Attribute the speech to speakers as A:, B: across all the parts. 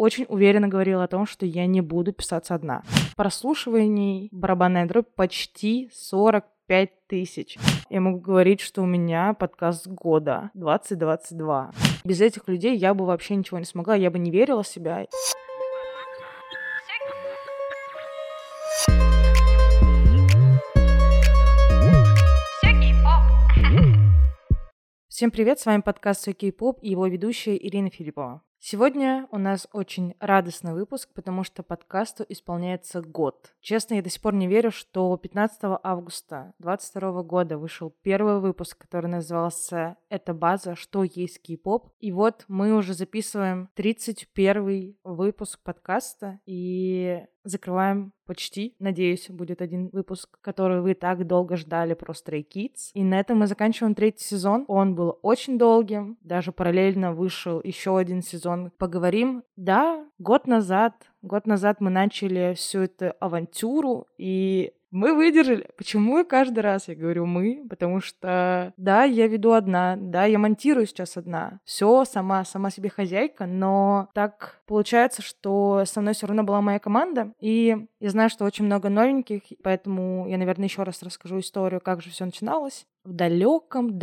A: очень уверенно говорила о том, что я не буду писаться одна. Прослушиваний барабанная дробь почти 45 тысяч. Я могу говорить, что у меня подкаст года 2022. Без этих людей я бы вообще ничего не смогла, я бы не верила в себя. Всем привет, с вами подкаст «Всё Кей-поп» и его ведущая Ирина Филиппова. Сегодня у нас очень радостный выпуск, потому что подкасту исполняется год. Честно, я до сих пор не верю, что 15 августа 2022 года вышел первый выпуск, который назывался «Это база. Что есть кей-поп?». И вот мы уже записываем 31 выпуск подкаста и закрываем почти, надеюсь, будет один выпуск, который вы так долго ждали про Stray Kids. И на этом мы заканчиваем 3-й сезон. Он был очень долгим, даже параллельно вышел еще один сезон. Поговорим. Да, год назад мы начали всю эту авантюру, и мы выдержали. Почему каждый раз я говорю «мы»? Потому что, да, я веду одна, да, я монтирую сейчас одна. Все сама себе хозяйка, но так получается, что со мной все равно была моя команда, и я знаю, что очень много новеньких, поэтому я, наверное, еще раз расскажу историю, как же все начиналось. В далеком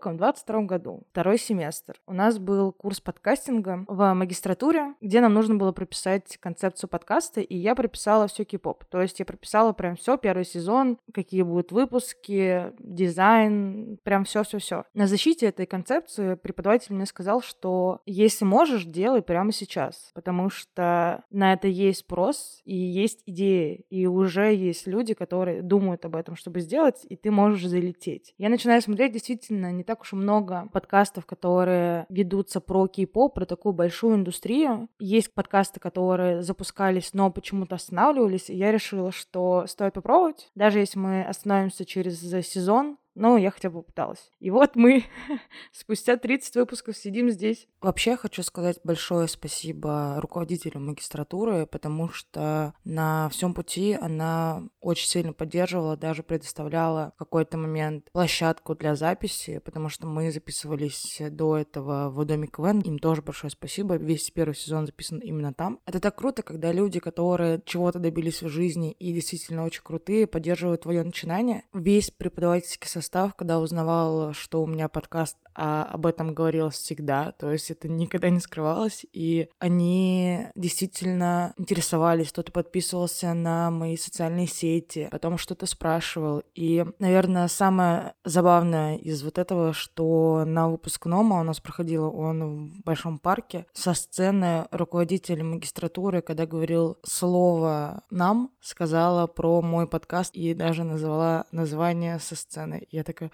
A: 22 году, второй семестр, у нас был курс подкастинга в магистратуре, где нам нужно было прописать концепцию подкаста, и я прописала все кей-поп. То есть я прописала прям все, первый сезон, какие будут выпуски, дизайн, прям все. На защите этой концепции преподаватель мне сказал, что если можешь, делай прямо сейчас, потому что на это есть спрос и есть идеи, и уже есть люди, которые думают об этом, чтобы сделать, и ты можешь залететь. Я начинаю смотреть действительно не так уж и много подкастов, которые ведутся про кей-поп, про такую большую индустрию. Есть подкасты, которые запускались, но почему-то останавливались, и я решила, что стоит попробовать, даже если мы остановимся через сезон, но я хотя бы попыталась. И вот мы спустя 30 выпусков сидим здесь. Вообще хочу сказать большое спасибо руководителю магистратуры, потому что на всем пути она очень сильно поддерживала, даже предоставляла в какой-то момент площадку для записи, потому что мы записывались до этого в Доме КВН. Им тоже большое спасибо. Весь первый сезон записан именно там. Это так круто, когда люди, которые чего-то добились в жизни и действительно очень крутые, поддерживают твое начинание. Весь преподавательский состав, когда узнавал, что у меня подкаст, об этом говорилось всегда, то есть это никогда не скрывалось, и они действительно интересовались, кто-то подписывался на мои социальные сети, потом что-то спрашивал, и, наверное, самое забавное из вот этого, что на выпускном у нас проходило он в Большом парке, со сцены руководитель магистратуры, когда говорил слово «нам», сказала про мой подкаст и даже назвала название со сцены. Я такая,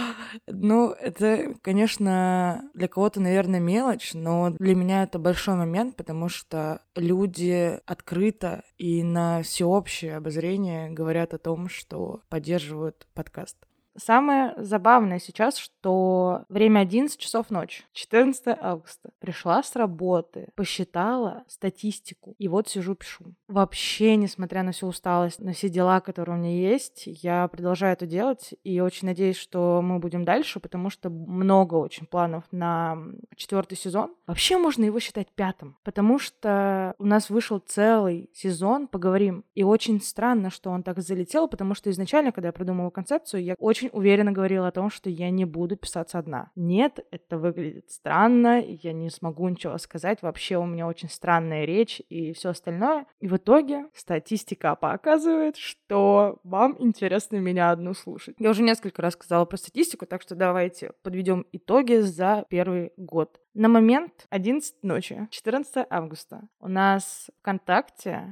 A: ну, это, конечно, для кого-то, наверное, мелочь, но для меня это большой момент, потому что люди открыто и на всеобщее обозрение говорят о том, что поддерживают подкаст. Самое забавное сейчас, что время 11 часов ночи, 14 августа. Пришла с работы, посчитала статистику, и вот сижу, пишу. Вообще, несмотря на всю усталость, на все дела, которые у меня есть, я продолжаю это делать, и очень надеюсь, что мы будем дальше, потому что много очень планов на 4-й сезон. Вообще можно его считать 5-м, потому что у нас вышел целый сезон, поговорим, и очень странно, что он так залетел, потому что изначально, когда я придумала концепцию, я очень уверенно говорила о том, что я не буду писаться одна. Нет, это выглядит странно, я не смогу ничего сказать, вообще у меня очень странная речь и все остальное. И в итоге статистика показывает, что вам интересно меня одну слушать. Я уже несколько раз сказала про статистику, так что давайте подведем итоги за первый год. На момент 11 ночи, 14 августа, у нас ВКонтакте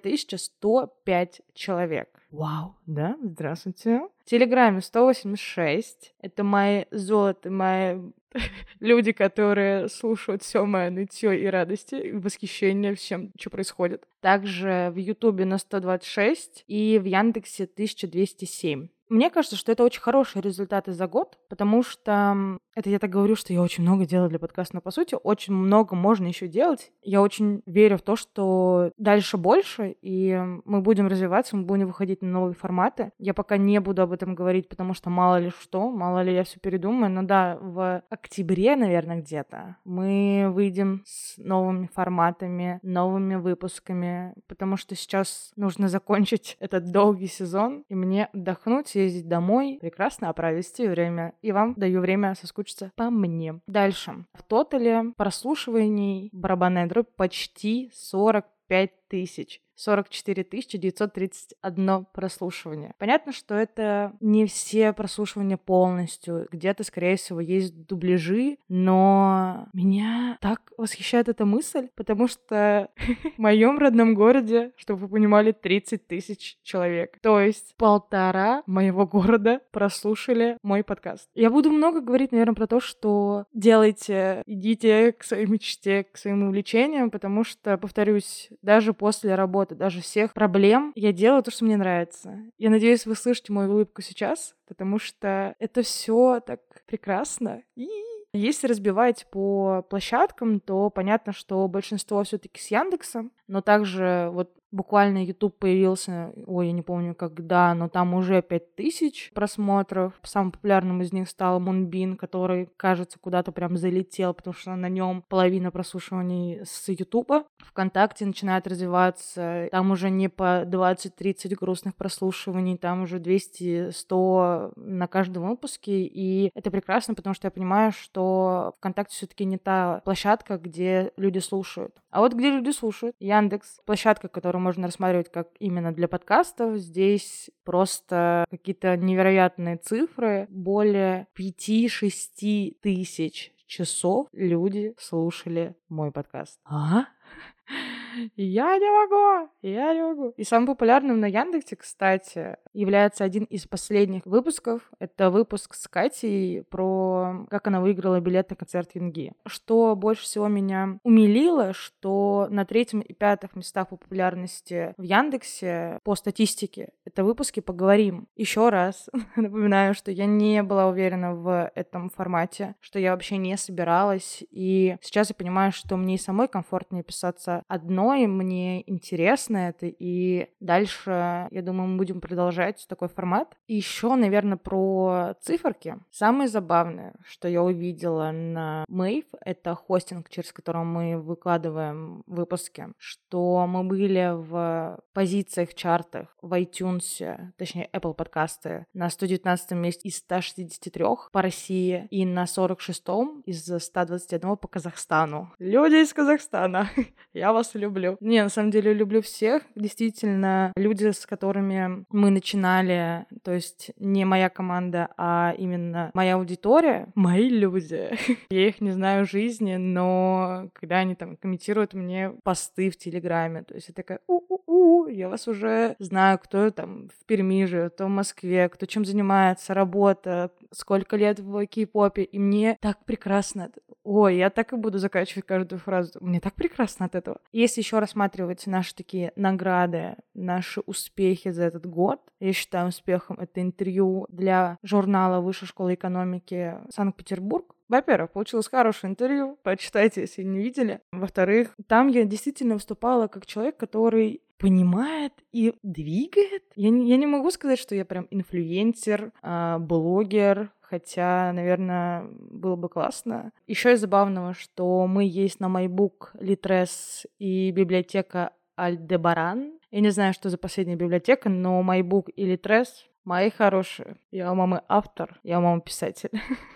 A: 2105 человек. Вау, да? Здравствуйте. В Телеграме 186. Это мои золото, мои люди, которые слушают все мое нытье и радости, и восхищение всем, что происходит. Также в Ютубе на 126 и в Яндексе 1207. мне кажется, что это очень хорошие результаты за год, потому что это я так говорю, что я очень много делаю для подкаста, но по сути очень много можно еще делать. Я очень верю в то, что дальше больше, и мы будем развиваться, мы будем выходить на новые форматы. Я пока не буду об этом говорить, потому что мало ли что, мало ли я все передумаю. Но да, в октябре, наверное, где-то мы выйдем с новыми форматами, новыми выпусками, потому что сейчас нужно закончить этот долгий сезон, и мне отдохнуть, съездить домой, прекрасно провести время. И вам даю время соскучиться по мне. Дальше. В тотале прослушиваний барабанная дробь почти 45 тысяч. 44 931 прослушивание. Понятно, что это не все прослушивания полностью. Где-то, скорее всего, есть дубляжи, но меня так восхищает эта мысль, потому что в моем родном городе, чтобы вы понимали, 30 тысяч человек. То есть 1,5 моего города прослушали мой подкаст. Я буду много говорить, наверное, про то, что делайте, идите к своей мечте, к своим увлечениям, потому что, повторюсь, даже после работы, даже всех проблем, я делаю то, что мне нравится. Я надеюсь, вы слышите мою улыбку сейчас, потому что это все так прекрасно. И если разбивать по площадкам, то понятно, что большинство все-таки с Яндекса, но также вот буквально YouTube появился, я не помню когда, но там уже 5000 просмотров. Самым популярным из них стал Moonbeam, который, кажется, куда-то прям залетел, потому что на нем половина прослушиваний с YouTube. ВКонтакте начинает развиваться, там уже не по 20-30 грустных прослушиваний, там уже 200-100 на каждом выпуске, и это прекрасно, потому что я понимаю, что ВКонтакте все-таки не та площадка, где люди слушают. А вот где люди слушают? Яндекс, площадка, которую можно рассматривать как именно для подкастов. Здесь просто какие-то невероятные цифры. Более 5-6 тысяч часов люди слушали мой подкаст. Я не могу. И самым популярным на Яндексе, кстати, является один из последних выпусков. Это выпуск с Катей про как она выиграла билет на концерт Юнги. Что больше всего меня умилило, что на 3-м и 5-х местах по популярности в Яндексе по статистике это выпуски «Поговорим». Еще раз напоминаю, что я не была уверена в этом формате, что я вообще не собиралась. И сейчас я понимаю, что мне и самой комфортнее писаться одной, мне интересно это, и дальше, я думаю, мы будем продолжать такой формат. И еще, наверное, про циферки. Самое забавное, что я увидела на Mave, это хостинг, через который мы выкладываем выпуски, что мы были в позициях в чартах в iTunes, точнее Apple подкасты, на 119 месте из 163 по России и на 46-м из 121 по Казахстану. Люди из Казахстана, я вас люблю. Не, на самом деле люблю всех. Действительно, люди, с которыми мы начинали, то есть не моя команда, а именно моя аудитория, мои люди. Я их не знаю в жизни, но когда они там комментируют мне посты в Телеграме, то есть я такая, я вас уже знаю, кто там в Перми живет, кто в Москве, кто чем занимается, работа, сколько лет в кей-попе, и мне так прекрасно. Я так и буду заканчивать каждую фразу. Мне так прекрасно от этого. Если еще рассматривать наши такие награды, наши успехи за этот год, я считаю успехом это интервью для журнала Высшей школы экономики Санкт-Петербург. Во-первых, получилось хорошее интервью, почитайте, если не видели. Во-вторых, там я действительно выступала как человек, который понимает и двигает. Я не могу сказать, что я прям инфлюенсер, блогер, хотя, наверное, было бы классно. Еще из забавного, что мы есть на MyBook, Litres и библиотека Альдебаран. Я не знаю, что за последняя библиотека, но MyBook и Litres мои хорошие. Я у мамы автор, я у мамы писатель.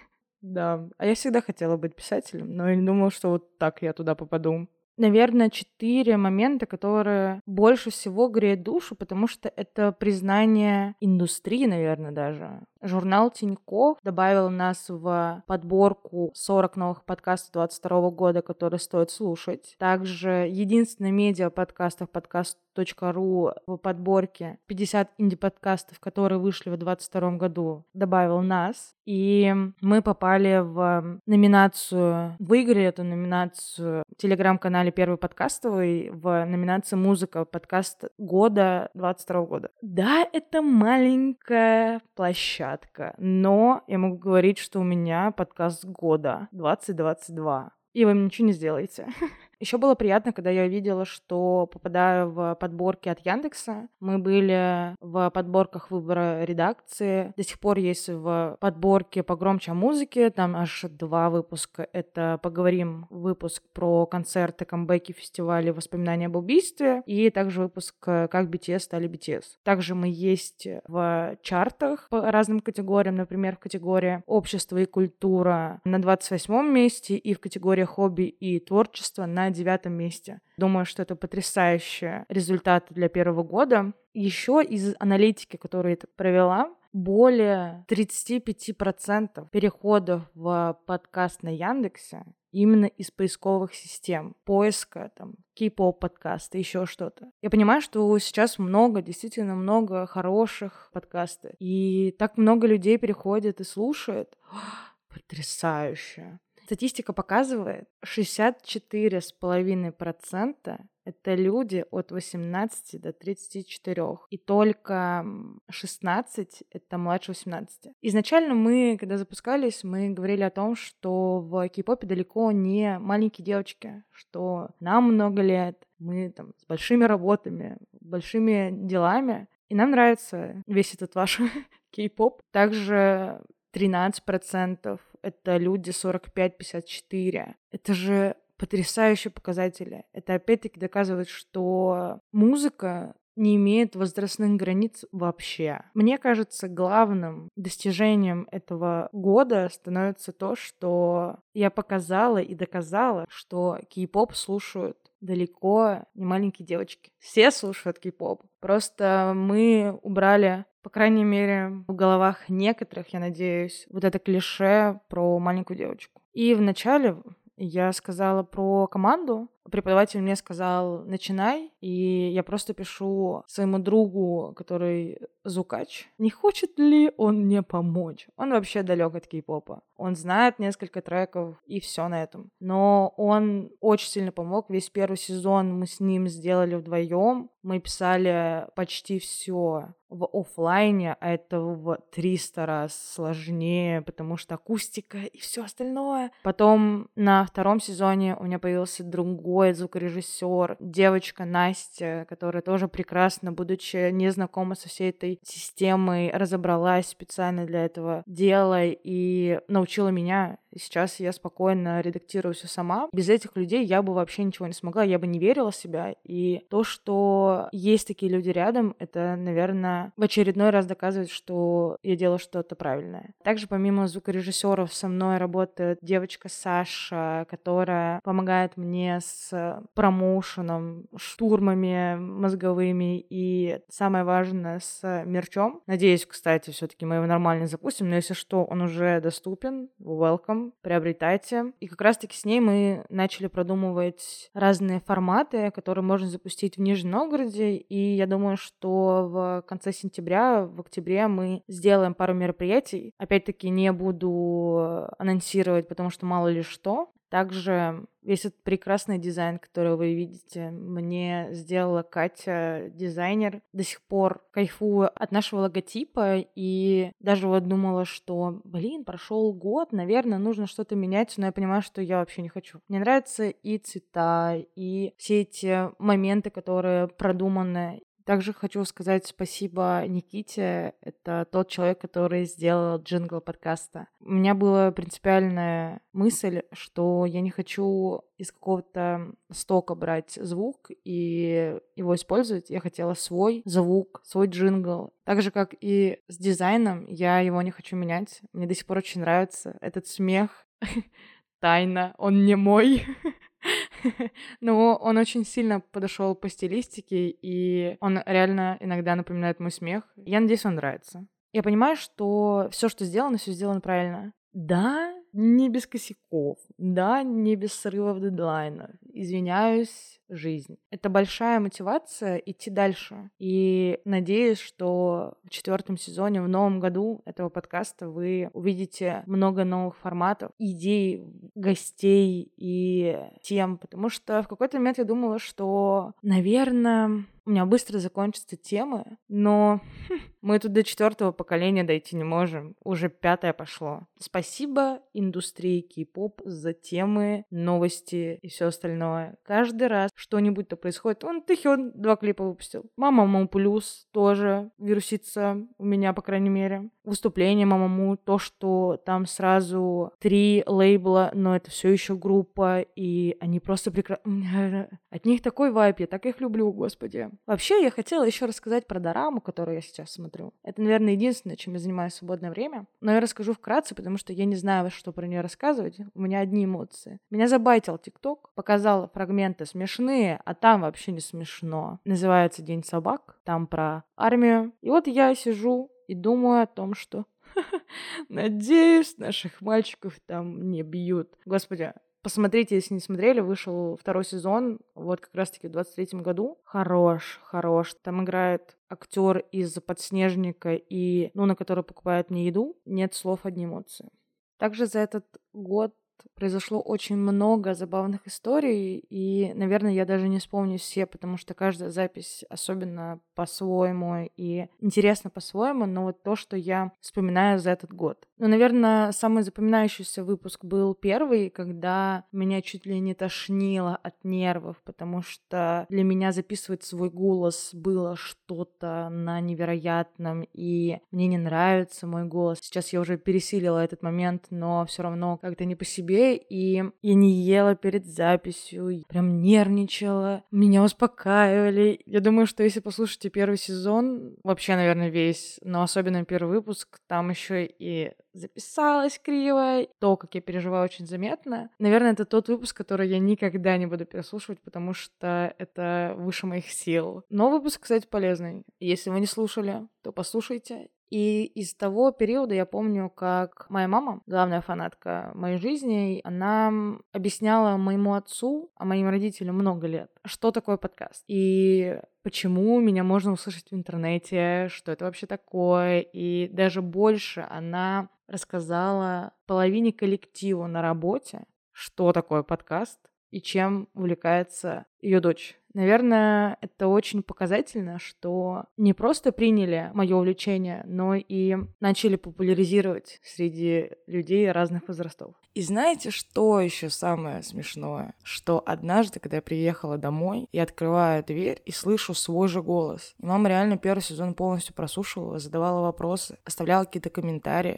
A: Да, а я всегда хотела быть писателем, но я не думала, что вот так я туда попаду. Наверное, 4 момента, которые больше всего греют душу, потому что это признание индустрии, наверное, даже. Журнал Тинькофф добавил нас в подборку 40 новых подкастов 2022 года, которые стоит слушать. Также единственный медиа подкастов, подкаст Яндекс.ру в подборке 50 инди-подкастов, которые вышли в 2022 году, добавил нас. И мы попали в номинацию, выиграли эту номинацию в телеграм-канале «Первый подкастовый» в номинации «Музыка. Подкаст года 2022 года». Да, это маленькая площадка, но я могу говорить, что у меня подкаст года 2022. И вы мне ничего не сделаете. Еще было приятно, когда я видела, что попадаю в подборки от Яндекса. Мы были в подборках выбора редакции. До сих пор есть в подборке «Погромче о музыке». Там аж 2 выпуска. Это «Поговорим» выпуск про концерты, камбэки, фестивали, воспоминания об убийстве. И также выпуск «Как BTS стали BTS». Также мы есть в чартах по разным категориям. Например, в категории «Общество и культура» на 28 месте и в категории «Хобби и творчество» на 9 месте. Думаю, что это потрясающие результаты для первого года. Еще из аналитики, которую я провела, более 35% переходов в подкаст на Яндексе именно из поисковых систем, поиска, там, кей-поп подкаста, еще что-то. Я понимаю, что сейчас действительно много хороших подкастов, и так много людей переходит и слушает. Потрясающе. Статистика показывает, 64,5% это люди от 18 до 34, и только 16 это младше 18. Изначально мы, когда запускались, мы говорили о том, что в кей-попе далеко не маленькие девочки, что нам много лет, мы там с большими работами, большими делами, и нам нравится весь этот ваш кей-поп. Также 13% это люди 45-54. Это же потрясающие показатели. Это опять-таки доказывает, что музыка не имеет возрастных границ вообще. Мне кажется, главным достижением этого года становится то, что я показала и доказала, что кей-поп слушают далеко не маленькие девочки. Все слушают кей-поп. Просто мы убрали, по крайней мере, в головах некоторых, я надеюсь, вот это клише про маленькую девочку. И вначале я сказала про команду. Преподаватель мне сказал: начинай. И я просто пишу своему другу, который звукач, не хочет ли он мне помочь. Он вообще далек от кей-попа. Он знает несколько треков, и все на этом. Но он очень сильно помог. Весь первый сезон мы с ним сделали вдвоем. Мы писали почти все в офлайне, а это в 300 раз сложнее, потому что акустика и все остальное. Потом на втором сезоне у меня появился другой звукорежиссер, девочка Настя, которая тоже прекрасно, будучи незнакома со всей этой системой, разобралась специально для этого дела и научила меня. И сейчас я спокойно редактирую все сама. Без этих людей я бы вообще ничего не смогла, я бы не верила в себя. И то, что есть такие люди рядом, это, наверное, в очередной раз доказывает, что я делаю что-то правильное. Также помимо звукорежиссеров со мной работает девочка Саша, которая помогает мне с промоушеном, штурмами мозговыми и, самое важное, с мерчом. Надеюсь, кстати, все-таки мы его нормально запустим, но если что, он уже доступен. Welcome, приобретайте. И как раз-таки с ней мы начали продумывать разные форматы, которые можно запустить в Нижнем Новгороде, и я думаю, что в конце сентября, в октябре мы сделаем пару мероприятий. Опять-таки не буду анонсировать, потому что мало ли что. Также весь этот прекрасный дизайн, который вы видите, мне сделала Катя, дизайнер. До сих пор кайфую от нашего логотипа и даже вот думала, что, прошел год, наверное, нужно что-то менять, но я понимаю, что я вообще не хочу. Мне нравятся и цвета, и все эти моменты, которые продуманы. Также хочу сказать спасибо Никите. Это тот человек, который сделал джингл подкаста. У меня была принципиальная мысль, что я не хочу из какого-то стока брать звук и его использовать. Я хотела свой звук, свой джингл. Так же, как и с дизайном, я его не хочу менять. Мне до сих пор очень нравится этот смех. Тайна, он не мой. Но он очень сильно подошел по стилистике, и он реально иногда напоминает мой смех. Я надеюсь, он нравится. Я понимаю, что все сделано правильно. Да, не без косяков. Да, не без срывов дедлайнов. Извиняюсь, жизнь. Это большая мотивация идти дальше. И надеюсь, что в 4-м сезоне, в новом году этого подкаста вы увидите много новых форматов, идей, гостей и тем, потому что в какой-то момент я думала, что, наверное, у меня быстро закончатся темы, но мы тут до 4-го поколения дойти не можем. Уже 5-е пошло. Спасибо индустрии кей-поп за темы, новости и все остальное. Каждый раз что-нибудь-то происходит. Он Тэхён 2 клипа выпустил. Мамаму Плюс тоже вирусится у меня, по крайней мере. Выступление Мамаму, то, что там сразу 3 лейбла, но это все еще группа, и они просто прекрасны. От них такой вайб, я так их люблю, господи. Вообще, я хотела еще рассказать про дораму, которую я сейчас смотрю. Это, наверное, единственное, чем я занимаюсь в свободное время. Но я расскажу вкратце, потому что я не знаю, что про нее рассказывать. У меня одни эмоции. Меня забайтил ТикТок, показал фрагменты смешные, а там вообще не смешно. Называется «День собак», там про армию. И вот я сижу и думаю о том, что надеюсь, наших мальчиков там не бьют. Господи, посмотрите, если не смотрели, вышел 2-й сезон, вот как раз-таки в 23-м году. Хорош. Там играет актер из «Подснежника» и на который покупают мне еду. Нет слов, одни эмоции. Также за этот год произошло очень много забавных историй, и, наверное, я даже не вспомню все, потому что каждая запись особенно по-своему и интересно по-своему, но вот то, что я вспоминаю за этот год. Наверное, самый запоминающийся выпуск был 1-й, когда меня чуть ли не тошнило от нервов, потому что для меня записывать свой голос было что-то на невероятном, и мне не нравится мой голос. Сейчас я уже пересилила этот момент, но все равно как-то не по себе, и я не ела перед записью, прям нервничала, меня успокаивали. Я думаю, что если послушаете 1-й сезон, вообще, наверное, весь, но особенно 1-й выпуск, там еще и записалась криво. То, как я переживаю, очень заметно. Наверное, это тот выпуск, который я никогда не буду переслушивать, потому что это выше моих сил. Но выпуск, кстати, полезный. Если вы не слушали, то послушайте. И из того периода я помню, как моя мама, главная фанатка моей жизни, она объясняла моему отцу, а моим родителям много лет, что такое подкаст. И почему меня можно услышать в интернете, что это вообще такое. И даже больше она рассказала половине коллектива на работе, что такое подкаст и чем увлекается ее дочь. Наверное, это очень показательно, что не просто приняли мое увлечение, но и начали популяризировать среди людей разных возрастов. И знаете, что еще самое смешное? Что однажды, когда я приехала домой, я открываю дверь и слышу свой же голос. И мама реально 1-й сезон полностью прослушивала, задавала вопросы, оставляла какие-то комментарии.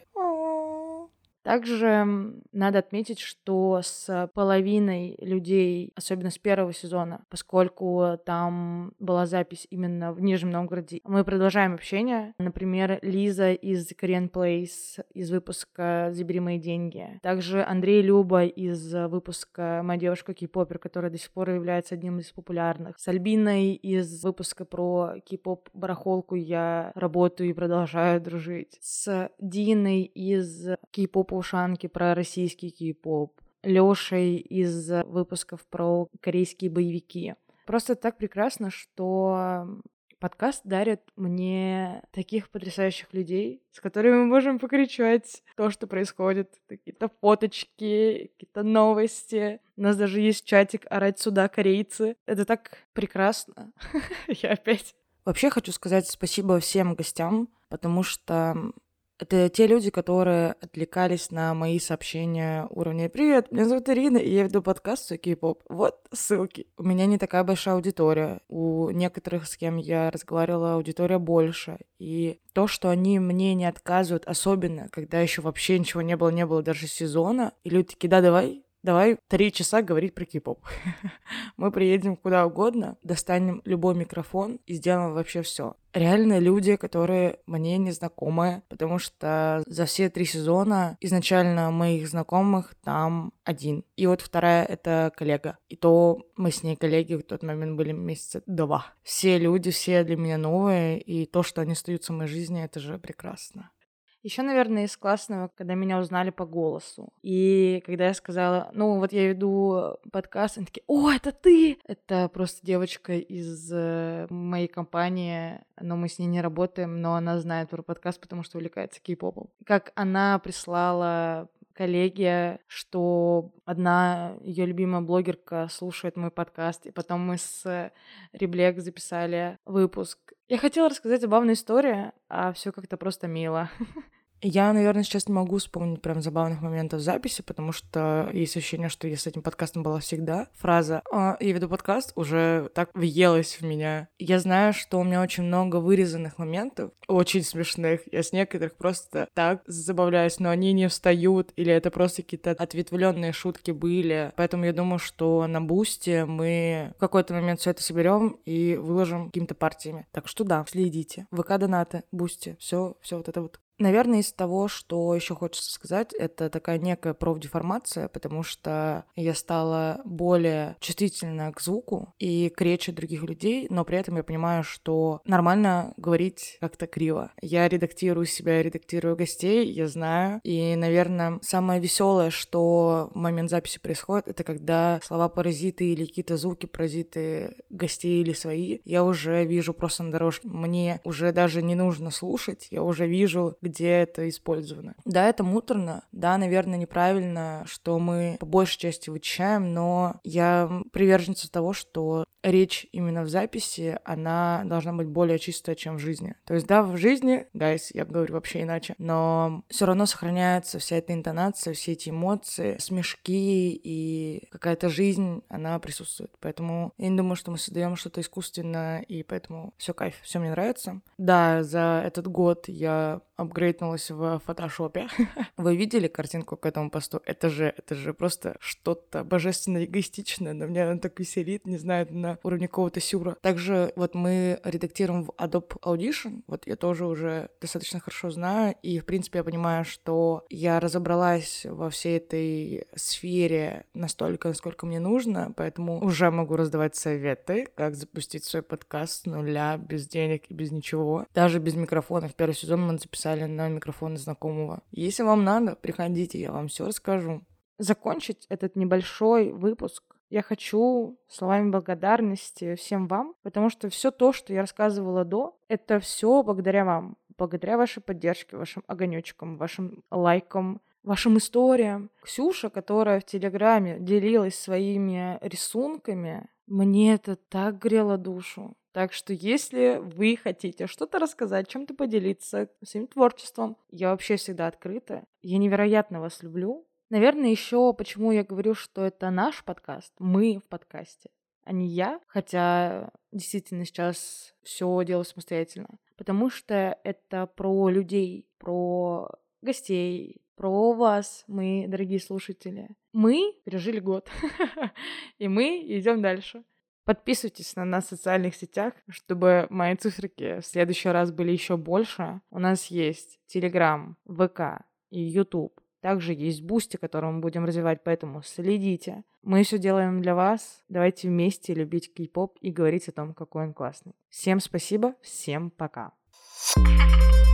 A: Также надо отметить, что с половиной людей, особенно с 1-го сезона, поскольку там была запись именно в Нижнем Новгороде, мы продолжаем общение. Например, Лиза из Korean Place из выпуска «Забери мои деньги». Также Андрей Люба из выпуска «Моя девушка кей-попер», которая до сих пор является одним из популярных. С Альбиной из выпуска про кей-поп-барахолку я работаю и продолжаю дружить. С Диной из кей-поп ушанки про российский кей-поп, Лёшей из выпусков про корейские боевики. Просто так прекрасно, что подкаст дарит мне таких потрясающих людей, с которыми мы можем покричать то, что происходит. Какие-то фоточки, какие-то новости. У нас даже есть чатик «Орать сюда, корейцы». Это так прекрасно. Я опять... Вообще хочу сказать спасибо всем гостям, потому что это те люди, которые отвлекались на мои сообщения уровня «Привет, меня зовут Ирина, и я веду подкаст «Кей-поп». Вот ссылки. У меня не такая большая аудитория. У некоторых, с кем я разговаривала, аудитория больше. И то, что они мне не отказывают, особенно, когда еще вообще ничего не было даже сезона, и люди такие: да, давай 3 часа говорить про кей-поп. Мы приедем куда угодно, достанем любой микрофон и сделаем вообще все. Реально люди, которые мне не знакомы, потому что за все 3 сезона изначально моих знакомых там 1. И вот 2-я — это коллега. И то мы с ней коллеги в тот момент были месяца 2. Все люди, все для меня новые, и то, что они остаются в моей жизни, это же прекрасно. Еще, наверное, из классного, когда меня узнали по голосу. И когда я сказала, вот я веду подкаст, они такие: «О, это ты!» Это просто девочка из моей компании, но мы с ней не работаем, но она знает про подкаст, потому что увлекается кей-попом. Как она прислала коллеге, что одна ее любимая блогерка слушает мой подкаст, и потом мы с Реблек записали выпуск. Я хотела рассказать забавную историю, а все как-то просто мило. Я, наверное, сейчас не могу вспомнить прям забавных моментов записи, потому что есть ощущение, что я с этим подкастом была всегда. Фраза «я веду подкаст» уже так въелась в меня. Я знаю, что у меня очень много вырезанных моментов, очень смешных. Я с некоторых просто так забавляюсь, но они не встают, или это просто какие-то ответвленные шутки были. Поэтому я думаю, что на Бусти мы в какой-то момент все это соберем и выложим какими-то партиями. Так что да, следите. ВК-донаты, Бусти, все вот это вот. Наверное, из того, что еще хочется сказать, это такая некая профдеформация, потому что я стала более чувствительна к звуку и к речи других людей, но при этом я понимаю, что нормально говорить как-то криво. Я редактирую себя, редактирую гостей, я знаю, и, наверное, самое веселое, что в момент записи происходит, это когда слова паразиты или какие-то звуки паразиты гостей или свои, я уже вижу просто на дорожке. Мне уже даже не нужно слушать, я уже вижу, где это использовано. Да, это муторно, да, наверное, неправильно, что мы по большей части вычищаем, но я приверженец того, что речь именно в записи, она должна быть более чистая, чем в жизни. То есть, да, в жизни, гайс, я говорю вообще иначе, но все равно сохраняется вся эта интонация, все эти эмоции, смешки и какая-то жизнь, она присутствует. Поэтому я не думаю, что мы создаем что-то искусственно, и поэтому все кайф, все мне нравится. Да, за этот год я апгрейднулась в фотошопе. Вы видели картинку к этому посту? Это же просто что-то божественно эгоистичное, но меня она так веселит, не знаю, на уровне какого-то сюра. Также вот мы редактируем в Adobe Audition, вот я тоже уже достаточно хорошо знаю, и, в принципе, я понимаю, что я разобралась во всей этой сфере настолько, насколько мне нужно, поэтому уже могу раздавать советы, как запустить свой подкаст с нуля, без денег и без ничего. Даже без микрофона. В первый сезон мы записали на микрофон знакомого. Если вам надо, приходите, я вам все расскажу. Закончить этот небольшой выпуск я хочу словами благодарности всем вам, потому что все то, что я рассказывала до, это все благодаря вам, благодаря вашей поддержке, вашим огонечкам, вашим лайкам, вашим историям. Ксюша, которая в Телеграме делилась своими рисунками, мне это так грело душу. Так что если вы хотите что-то рассказать, чем-то поделиться, своим творчеством, я вообще всегда открыта. Я невероятно вас люблю. Наверное, еще почему я говорю, что это наш подкаст, мы в подкасте, а не я, хотя действительно сейчас все делаю самостоятельно. Потому что это про людей, про гостей, про вас, мы, дорогие слушатели. Мы пережили год, и мы идем дальше. Подписывайтесь на нас в социальных сетях, чтобы мои циферки в следующий раз были еще больше. У нас есть Telegram, ВК и YouTube. Также есть Бусти, который мы будем развивать, поэтому следите. Мы все делаем для вас. Давайте вместе любить кей-поп и говорить о том, какой он классный. Всем спасибо, всем пока.